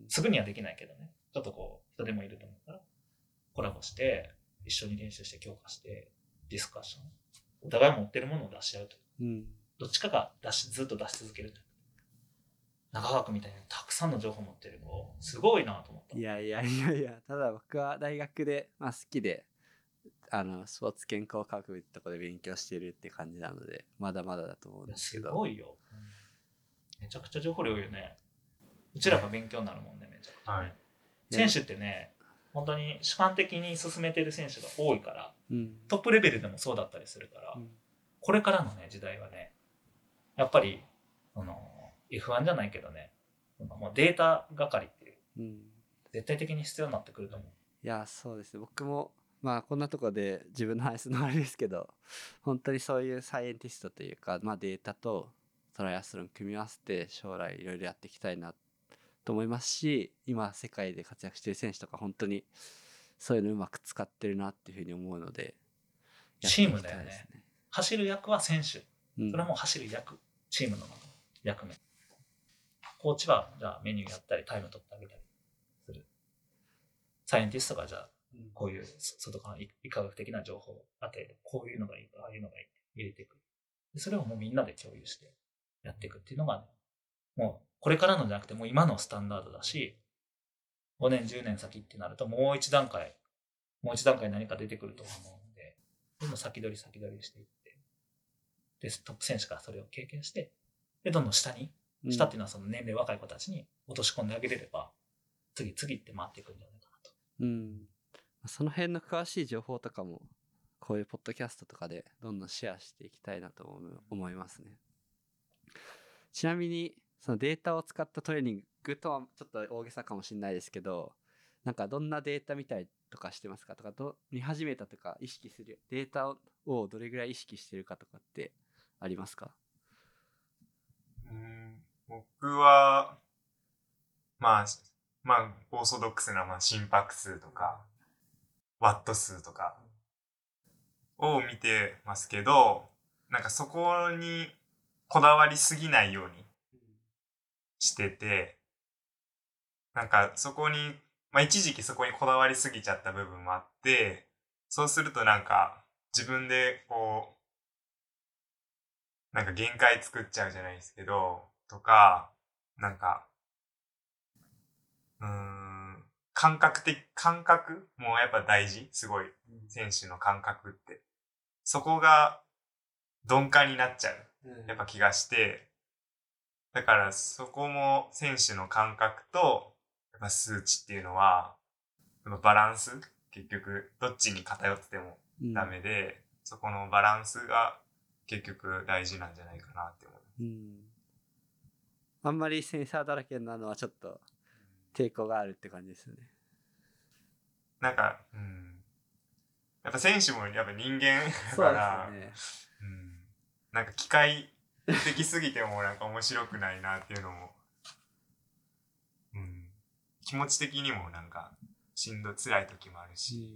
すぐにはできないけどね、ちょっとこう、人でもいると思うから、コラボして、一緒に練習して強化して、ディスカッション。お互い持ってるものを出し合うという。うん、どっちかが出し、ずっと出し続けるという。中川君みたいにたくさんの情報持ってる子、すごいなと思った。 いやいやいやいや、ただ僕は大学で、まあ、好きで、あのスポーツ健康科学部ってところで勉強してるって感じなので、まだまだだと思うんですけど。 すごいよ。めちゃくちゃ情報量多いよね。うちらが勉強になるもんね、めちゃくちゃ、ね。はい、選手ってね、本当に主観的に進めてる選手が多いから、うん、トップレベルでもそうだったりするから、うん、これからのね、時代はね、やっぱり、あの、エフワン じゃないけどね、もうデータ係っていう、うん、絶対的に必要になってくると思う。 いや、そうですね。僕も、まあこんなところで自分の話すのあれですけど、本当にそういうサイエンティストというか、まあデータとトライアスロン組み合わせて将来いろいろやっていきたいなと思いますし、今世界で活躍している選手とか本当にそういうのうまく使ってるなっていうふうに思うので、 チームだよね。走る役は選手。それはもう走る役、うん、チームの役目。コーチはじゃあメニューやったりタイム取ってあげたりする。サイエンティストがじゃあこういう外から医科学的な情報を与える。こういうのがいい、ああいうのがいいって入れていく。でそれをもうみんなで共有してやっていくっていうのが、ね、もうこれからのじゃなくてもう今のスタンダードだし、ごねんじゅうねん先ってなるともう一段階、もう一段階何か出てくると思うので、どんどん先取り先取りしていって、でトップ選手からそれを経験して、でどんどん下に、下っていうのはその年齢若い子たちに落とし込んであげれれば、次々って回っていくんじゃないかなと。 うん。その辺の詳しい情報とかも、こういうポッドキャストとかでどんどんシェアしていきたいなと思いますね。ちなみに、そのデータを使ったトレーニングとはちょっと大げさかもしれないですけど、なんかどんなデータ見たりとかしてますかとか、ど見始めたとか意識する、データをどれぐらい意識してるかとかってありますか？ うーん、僕は、まあ、まあ、オーソドックスな、まあ、心拍数とか、ワット数とかを見てますけど、なんかそこにこだわりすぎないようにしてて、なんかそこに、まあ一時期そこにこだわりすぎちゃった部分もあって、そうするとなんか自分でこう、なんか限界作っちゃうじゃないですけど、とか、なんか、うーん、感覚的、感覚もやっぱ大事。すごい。選手の感覚って。そこが鈍感になっちゃう。やっぱ気がして。だからそこも選手の感覚と、やっぱ数値っていうのは、バランス結局どっちに偏っててもうんダメで、そこのバランスが結局大事なんじゃないかなって思う。 うん、あんまりセンサーだらけなのはちょっと抵抗があるって感じですよね。 なんか、うん、やっぱ選手もやっぱ人間だそうからですよね。 うん、なんか機械的すぎてもなんか面白くないなっていうのも、うん、気持ち的にもなんかしんど辛い時もあるし、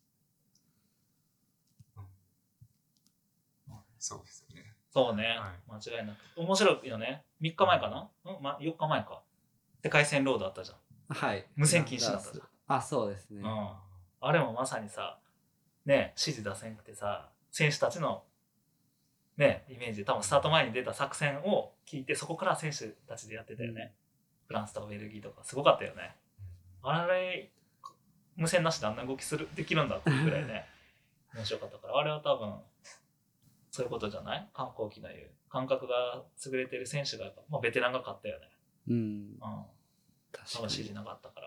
うんうん、そうですよね。 そうね、 は間違いなく面白いよね。みっかまえかな、うんま、よっかまえか、世界戦ロードあったじゃん。 はい。 無線禁止になったじゃん。 あ、そうですね。 うん、あれもまさにさ、ね、指示出せんくてさ、選手たちの、ね、イメージ、多分スタート前に出た作戦を聞いて、そこから選手たちでやってたよね。フランスとかベルギーとか、すごかったよね。あれ、無線なしであんな動きするできるんだっていうぐらいね、面白かったから、あれは多分、そういうことじゃない？観光機の言う。感覚が優れてる選手がやっぱ、まあ、ベテランが勝ったよね。 うん。 うん。 確か多分指示に。 なかったから。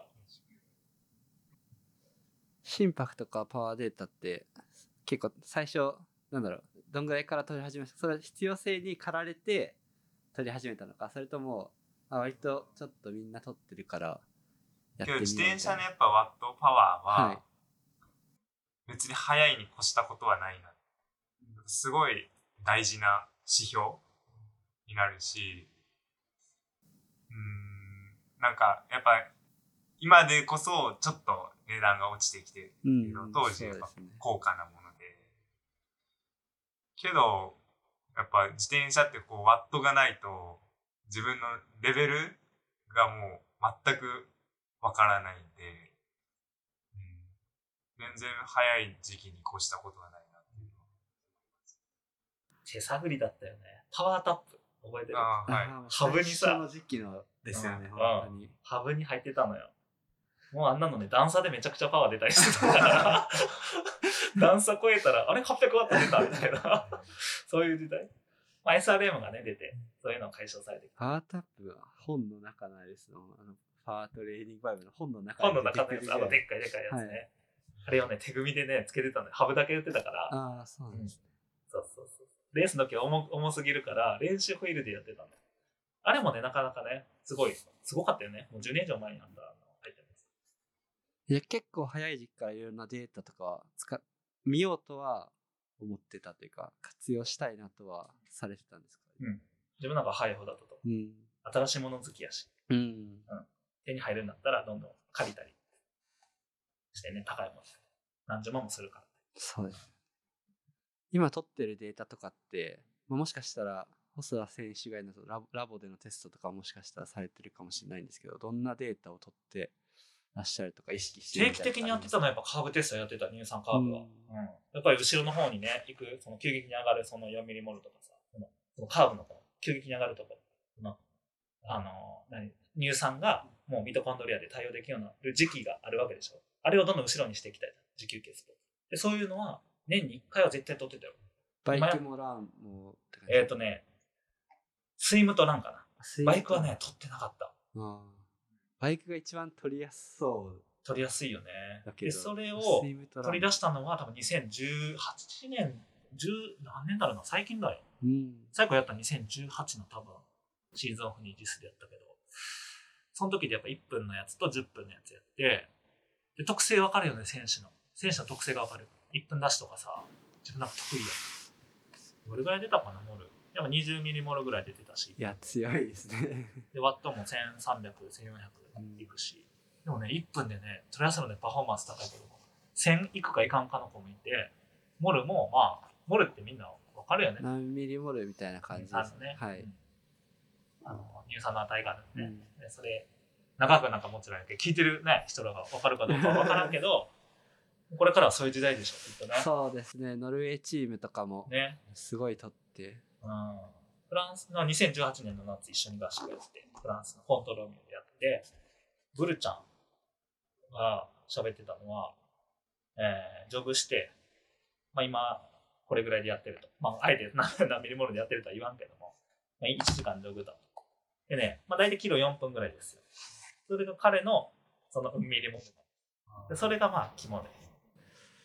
心拍とかパワーデータって結構最初なんだろうどんぐらいから取り始めました？それは必要性に駆られて取り始めたのか、それともあ割とちょっとみんな取ってるからやってみようみたいな。 自転車のやっぱワットパワーはは別に速いに越したことはないな。すごい大事な指標になるし、うーん、なんかやっぱ今でこそちょっと値段が落ちてきてるけど、 うん、 当時やっぱそうですね。 高価なもので、けどやっぱ自転車ってこうワットがないと自分のレベルがもう全くわからないんで、うん、全然早い時期に越したことはないなっていうのは。 手探りだったよね。パワータップ。覚えてる？ あー、はい。 あーハブにさ最初の時期のですよね、 うん本当に。 ハブに入ってたのよ。もうあんなのね、段差でめちゃくちゃパワー出たりしてたから、段差超えたら、あれはっぴゃくワット出たみたいな、そういう時代。まあ、エスアールエム がね、出て、そういうのを解消されてきた。 パワータップは本の中のあれですの、あのパワートレーニングバイブの本の中本の中のやつ、 出てくるあのでっかいでっかいやつね。 はい、 あれをね、手組みでね、つけてたのよ。ハブだけ売ってたから。 ああ、そうなんですね。 そうそうそう。レースの時は 重, 重すぎるから、練習ホイールでやってたの。あれもね、なかなかね、すごい、すごかったよね。もうじゅうねん以上前にあったアイテムです。 いや、結構早い時期からいろんなデータとかは使見ようとは思ってたというか、活用したいなとはされてたんですか？ うん。自分なんか早い方だったと。 うん。 新しいもの好きやし。 うん。 うん。手に入るんだったら、どんどん借りたりしてね、高いもの。何十万もするから。 そうです。今取ってるデータとかって、まあ、もしかしたら、細田選手以外のラボ、ラボでのテストとかもしかしたらされてるかもしれないんですけど、どんなデータを取ってらっしゃるとか意識してる定期的にやってたのはやっぱカーブテストやってた、乳酸カーブは。 うんうん、やっぱり後ろの方にね、行く、その急激に上がるそのよんミリモルとかさ、そのそのカーブのこの急激に上がるところの、あの、何、乳酸がもうミトコンドリアで対応できるようになる時期があるわけでしょ。あれをどんどん後ろにしていきたい。持久ケースと。で、そういうのは年にいっかいは絶対取ってたよ。 バイクもランもって感じ。 えっ、ー、とね、スイムとランかな。バイクはね、取ってなかった。 あバイクが一番取りやすそう。 取りやすいよね。で、それを取り出したのは多分にせんじゅうはちねん、じゅう何年だろうな、最近だよ。 うん、 最後やったのにせんじゅうはちの多分シーズンオフにディスでやったけど、その時でやっぱいっぷんのやつとじゅっぷんのやつやって、で特性わかるよね、選手の。選手の特性がわかる。いっぷん出しとかさ、自分なんか得意や。どれぐらい出たかな、モル。でもにじゅうミリモルぐらい出てたし。 いや、強いですね。 で、ワットもせんさんびゃく、せんよんひゃくいくし。うん、でもね、いっぷんでね、トライアスロンでパフォーマンス高いけど、せんいくかいかんかの子もいて、モルも、まあ、モルってみんなわかるよね。 何ミリモルみたいな感じですね。 はい。うん、 あの、乳酸の値があるんで、ね、うん、でそれ、長くなんかもちろんやけど、聞いてるね、人らがわかるかどうかはわからんけど、これからはそういう時代でしょ、きっとね。 そうですね、ノルウェーチームとかも、ね、すごい取って。 うん、フランスのにせんじゅうはちねんの夏一緒に合宿やって、フランスのフォントロミオでやって、ブルちゃんが喋ってたのは、えー、ジョグして、まあ今、これぐらいでやってると。まあ、あえて何, 何ミリモルでやってるとは言わんけども、まあ、いちじかんジョグだと。でね、まあ大体キロよんぷんぐらいですよ。それが彼の、そのミリモル。でそれがまあ肝で。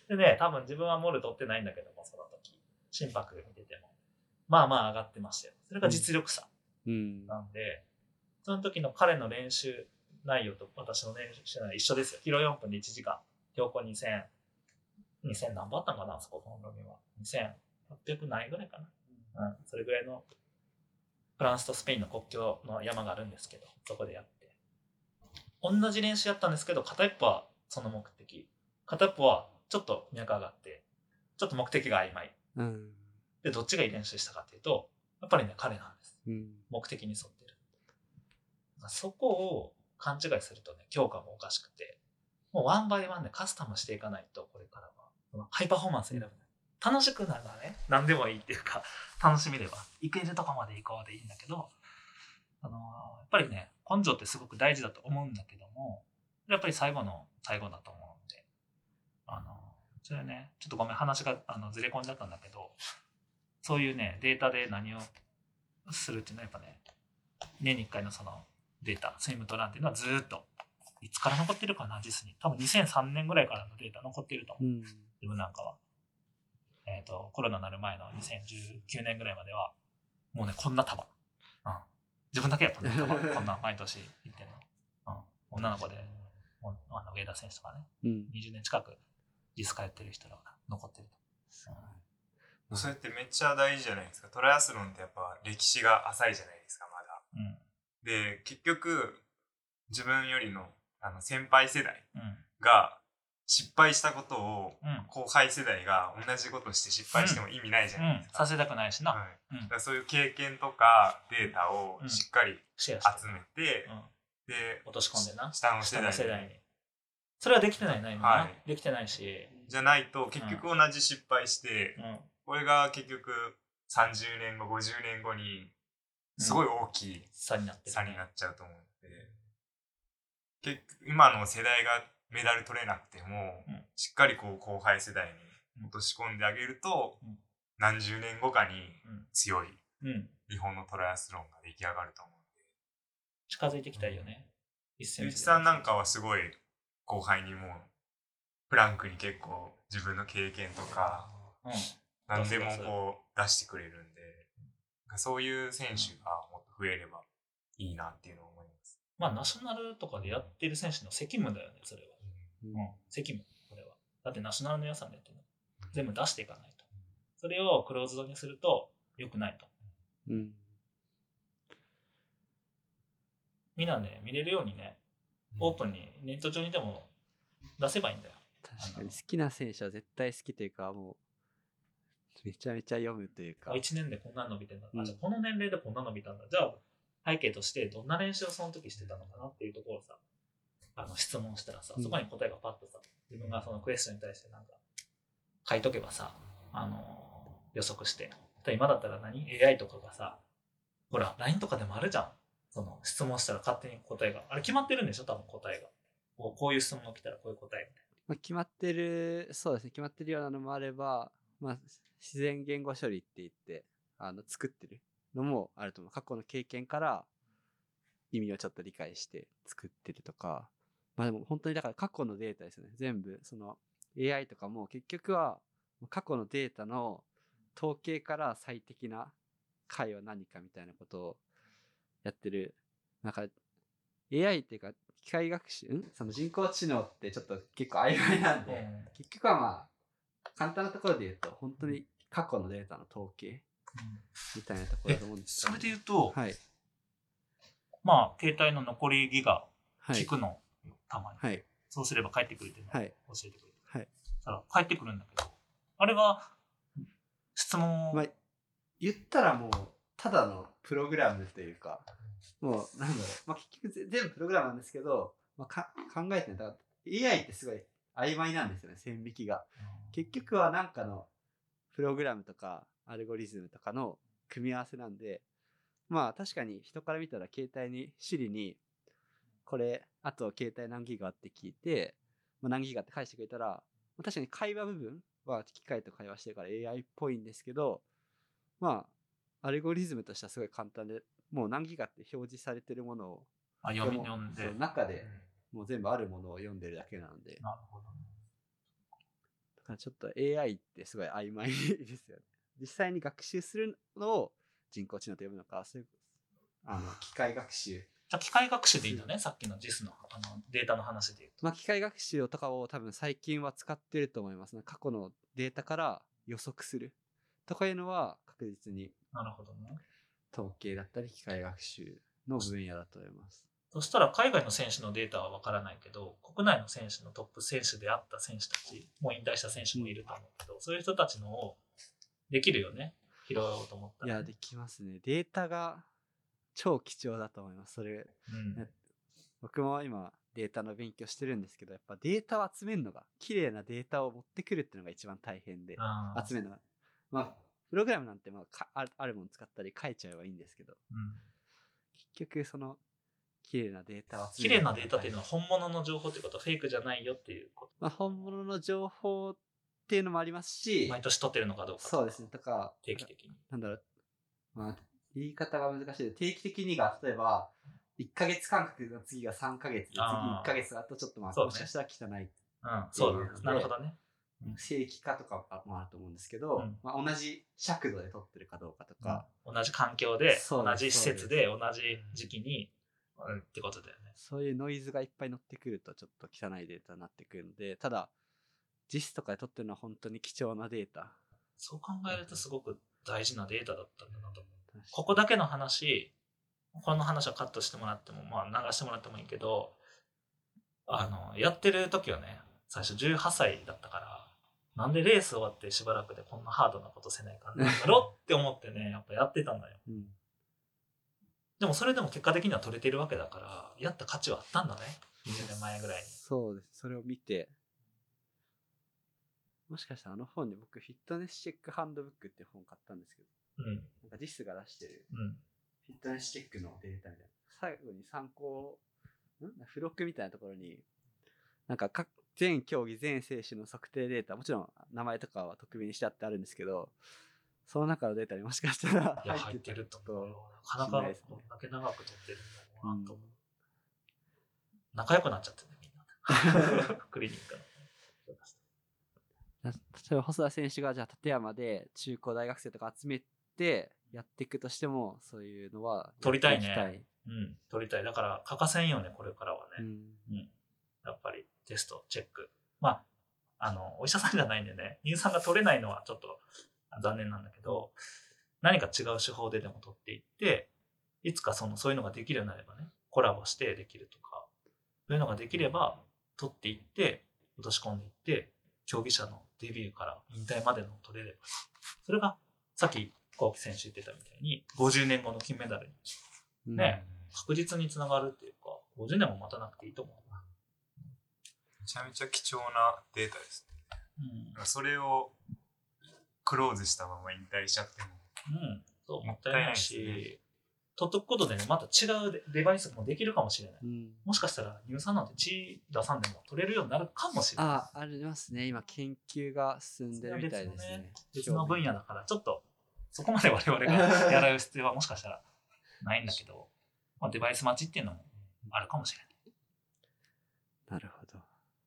でね、多分自分はモル取ってないんだけども、その時、心拍見てても、まあまあ上がってましたよ。それが実力差なんで、うん、その時の彼の練習内容と私の練習内容一緒ですよ。キロよんぷんでいちじかん、標高にせん、にせん何本あったんかな、あそこ、本読みは。にせんはっぴゃくないぐらいかな。うん、それぐらいのフランスとスペインの国境の山があるんですけど、そこでやって。同じ練習やったんですけど、片一方はその目的、片一方はちょっと脈上がって、ちょっと目的が曖昧。うん、で、どっちがいい練習したかっていうと、やっぱりね、彼なんです。うん、目的に沿ってる。そこを勘違いするとね、強化もおかしくて、もうワンバイワンでカスタムしていかないと、これからは。ハイパフォーマンス選ぶ、ね。楽しくなるのはね、何でもいいっていうか、楽しみれば、行けるとこまで行こうでいいんだけど、あのー、やっぱりね、根性ってすごく大事だと思うんだけども、やっぱり最後の最後だと思うんで、あのー、それね、ちょっとごめん、話があのずれ込んじゃったんだけど、そういうね、データで何をするっていうのはやっぱね、年にいっかいのそのデータ、スイムトランっていうのはずっと、いつから残ってるかな、実に。多分にせんさんねんぐらいからのデータ残っていると思う。うん、自分なんかは。えっと、コロナになる前のにせんじゅうきゅうねんぐらいまでは、もうね、こんな束。うん。自分だけやったね、束。こんな毎年言ってんの。うん。女の子で、もうあの上田選手とかね、うん、にじゅうねん近く実家やってる人らが残ってると。 うん、それってめっちゃ大事じゃないですか。トライアスロンってやっぱ歴史が浅いじゃないですか、まだ。うん、で、結局、自分よりのあの先輩世代が失敗したことを後輩世代が同じことして失敗しても意味ないじゃないですか。 うんうん、させたくないしな。はい、 うん、だからそういう経験とかデータをしっかり集めて、 うん、 で落とし込んでな。 下の世代に。 世代にそれはできてないな、今な、はい。できてないし。 じゃないと結局同じ失敗して、うん、これが結局さんじゅうねんご、ごじゅうねんごにすごい大きい差になっちゃうと思うので、結局今の世代がメダル取れなくても、うん、しっかりこう後輩世代に落とし込んであげると、うん、何十年後かに強い日本のトライアスロンが出来上がると思うんで。 近づいていきたいよね。 ゆうちさんなんかはすごい後輩にもうフランクに結構自分の経験とか、うん、何でもこう出してくれるんで、そういう選手がもっと増えればいいなっていうのを思います。 まあナショナルとかでやってる選手の責務だよね、それは。うん、うん、責務、これは。だってナショナルの良さねっていうの全部出していかないと。それをクローズドにすると良くないと。うん。みんなね、見れるようにね、オープンにネット上にでも出せばいいんだよ。 確かに好きな選手は絶対好きというか、もうめちゃめちゃ読むというか。 いちねんでこんな伸びてんだ、うん、あ、じゃあこの年齢でこんな伸びたんだ。じゃあ背景としてどんな練習をその時してたのかなっていうところをさ、あの質問したらさ、そこに答えがパッとさ、自分がそのクエスチョンに対してなんか書いとけばさ、あの予測して。今だったら何 エーアイ とかがさ、ほら ライン とかでもあるじゃん。その質問したら勝手に答えがあれ決まってるんでしょ、多分答えが。こういう質問が来たらこういう答えみたいな。 まあ、決まってる、そうですね、決まってるようなのもあれば、まあ、自然言語処理って言ってあの作ってるのもあると思う。過去の経験から意味をちょっと理解して作ってるとか、まあでも本当にだから過去のデータですよね。全部その エーアイ とかも結局は過去のデータの統計から最適な解は何かみたいなことをやってる。なんか エーアイ っていうか機械学習、んその人工知能ってちょっと結構曖昧なんで、うん、結局はまあ簡単なところで言うと本当に過去のデータの統計みたいなところだと思うんですけど、それで言うと、 はい、 まあ携帯の残りギガ聞くの、はい、たまに、 はい、 そうすれば帰ってくるっていうのを教えてくれる、 はい、 だから帰ってくるんだけど、あれは質問を、まあ、 言ったらもうただのプログラムというか、もうなんだろう、まあ、結局全部プログラムなんですけど、まあ、か考えてね、だから エーアイ ってすごい曖昧なんですよね、線引きが。結局はなんかのプログラムとかアルゴリズムとかの組み合わせなんで、まあ確かに人から見たら携帯に Siri にこれあと携帯何ギガって聞いて、まあ、何ギガって返してくれたら、まあ、確かに会話部分は機械と会話してるから エーアイ っぽいんですけど、まあアルゴリズムとしてはすごい簡単で、もう何ギガって表示されてるものをあ読み読んで、 中でもう全部あるものを読んでるだけなので、 なるほど、ね、 ちょっと エーアイ ってすごい曖昧ですよね。実際に学習するのを人工知能と呼ぶのか、そういうあの機械学習。 機械学習でいいんだね、さっきの ジス の, あのデータの話で言うと。 まあ、機械学習とかを多分最近は使ってると思いますね。過去のデータから予測するとかいうのは確実に。 なるほどね。 統計だったり機械学習の分野だと思います。 そしたら海外の選手のデータは分からないけど、国内の選手のトップ選手であった選手たち、もう引退した選手もいると思うけど、うん、そういう人たちのをできるよね、拾おうと思ったら、ね。 いや、できますね。データが超貴重だと思います。それ、うん、僕も今データの勉強してるんですけど、やっぱデータを集めるのが、綺麗なデータを持ってくるっていうのが一番大変で、集めるのが。まあ、プログラムなんてまあある、あるもの使ったり書いちゃえばいいんですけど、うん、結局その綺麗なデータを集める。綺麗なデータっていうのは本物の情報ってこと、フェイクじゃないよっていうこと。 まあ、本物の情報っていうのもありますし、 毎年取ってるのかどうか。 そうですね。とか、 定期的に。 なんだろう、まあ、言い方が難しい。定期的にが、例えば、いっかげつ間隔の次がさんかげつで、次いっかげつだとちょっとまあ、もしかしたら汚い。 うん、そうだね。なるほどね。 正規化とかもあると思うんですけど、うん、まあ、同じ尺度で撮ってるかどうかとか、 うん、同じ環境で、同じ施設で、同じ時期に、うん、ってことだよね。 そういうノイズがいっぱい乗ってくるとちょっと汚いデータになってくるので、ただ ジス とかで撮ってるのは本当に貴重なデータ。 そう考えるとすごく大事なデータだったんだなと思う。ここだけの話、この話はカットしてもらっても、まあ流してもらってもいいけど、あの、やってる時はね、最初じゅうはっさいだったから、なんでレース終わってしばらくでこんなハードなことせないかんなんだろうって思ってね、やっぱやってたんだよ。うん、でもそれでも結果的には取れてるわけだから、やった価値はあったんだね。にじゅうねんまえぐらいに。 そうです。それを見て、もしかしたらあの本で僕、フィットネスチェックハンドブックって本買ったんですけど、うん、なんか ジス が出してる、うん、フィットネスチェックのデータみたいな。最後に参考、ん付録みたいなところに、なんか各全競技全選手の測定データ、もちろん名前とかは特別にしてあってあるんですけど、その中のデータにもしかしたら入ってると思うよ。なかなかこんだけ長く取ってるのもなと思う、うん。仲良くなっちゃってね、みんな。クリニックの。 例えば細田選手がじゃあ立山で中高大学生とか集めてやっていくとしても、そういうのは取りたいね。うん、取りたい。だから欠かせんよね、これからはね。うんうん、やっぱりテスト、チェック。まあ、あの、お医者さんじゃないんでね、乳酸が取れないのはちょっと残念なんだけど、何か違う手法ででも取っていって、いつかその、そういうのができるようになればね、コラボしてできるとか、そういうのができれば、取っていって、落とし込んでいって、競技者のデビューから引退までの取れれば、それが、さっき、幸輝選手言ってたみたいに、ごじゅうねんごの金メダルに、ね、うん、確実につながるっていうか、ごじゅうねんも待たなくていいと思うな。 めちゃめちゃ貴重なデータですね。うん、それをクローズしたまま引退しちゃっても、 うん、そうもったいないし、ね、取っとくことでね、また違うデバイスもできるかもしれない。うん、もしかしたら乳酸なんて血出さんでも取れるようになるかもしれない。 あ、ありますね。今研究が進んでるみたいですね。 別の分野だからちょっとそこまで我々がやられる必要はもしかしたらないんだけど、まあ、デバイス待ちっていうのもあるかもしれない。 なるほど。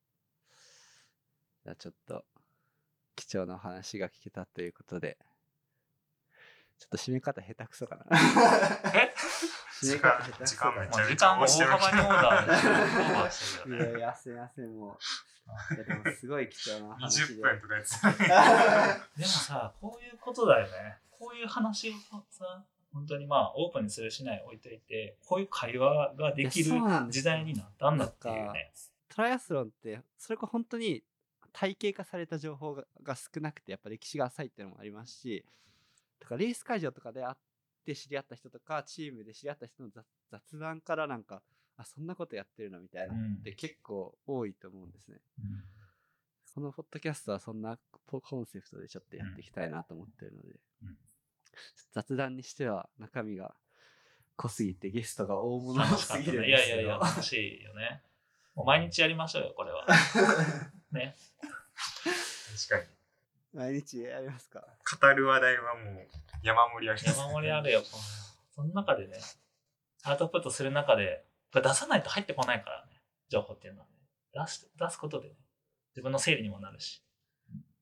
じゃあちょっと貴重な話が聞けたということで、ちょっと締め方下手くそかな。 え？ 締め方下手くそかな。 時間を大幅にオーダーしてる。 いやいや、すいません、もう。いやでもすごい貴重な話で。 にじゅっぷんとかやつ。 でもさ、こういうことだよね。こういう話をさ、本当にまあオープンにするしない置いといて、こういう会話ができる時代になったんだっていうね。 トライアスロンってそれこそ本当に体系化された情報が少なくて、やっぱ歴史が浅いっていうのもありますし、だからレース会場とかで会って知り合った人とかチームで知り合った人の雑談からなんか、あ、そんなことやってるのみたいなって結構多いと思うんですね。うん、このポッドキャストはそんなコンセプトでちょっとやっていきたいなと思ってるので、うんうん、雑談にしては中身が濃すぎてゲストが大物すぎるんですけど、 ね、いやいやいや楽しいよね。もう毎日やりましょうよこれは。ね。 確かに。 毎日やりますか。 語る話題はもう山盛りあります、ね。 山盛りあるよ。その中でね、アウトプットする中で出さないと入ってこないからね、情報っていうのはね。出す出すことでね、自分の整理にもなるし。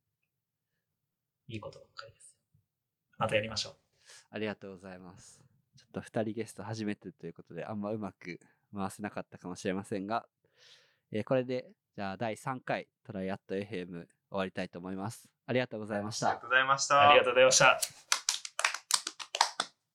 いいことばっかりです。またやりましょう。 ありがとうございます。ちょっとふたりゲスト初めてということで、あんまうまく回せなかったかもしれませんが、えーこれで、じゃあだいさんかいトライアット エフエム 終わりたいと思います。ありがとうございましたありがとう。ございました。 ありがとうございました。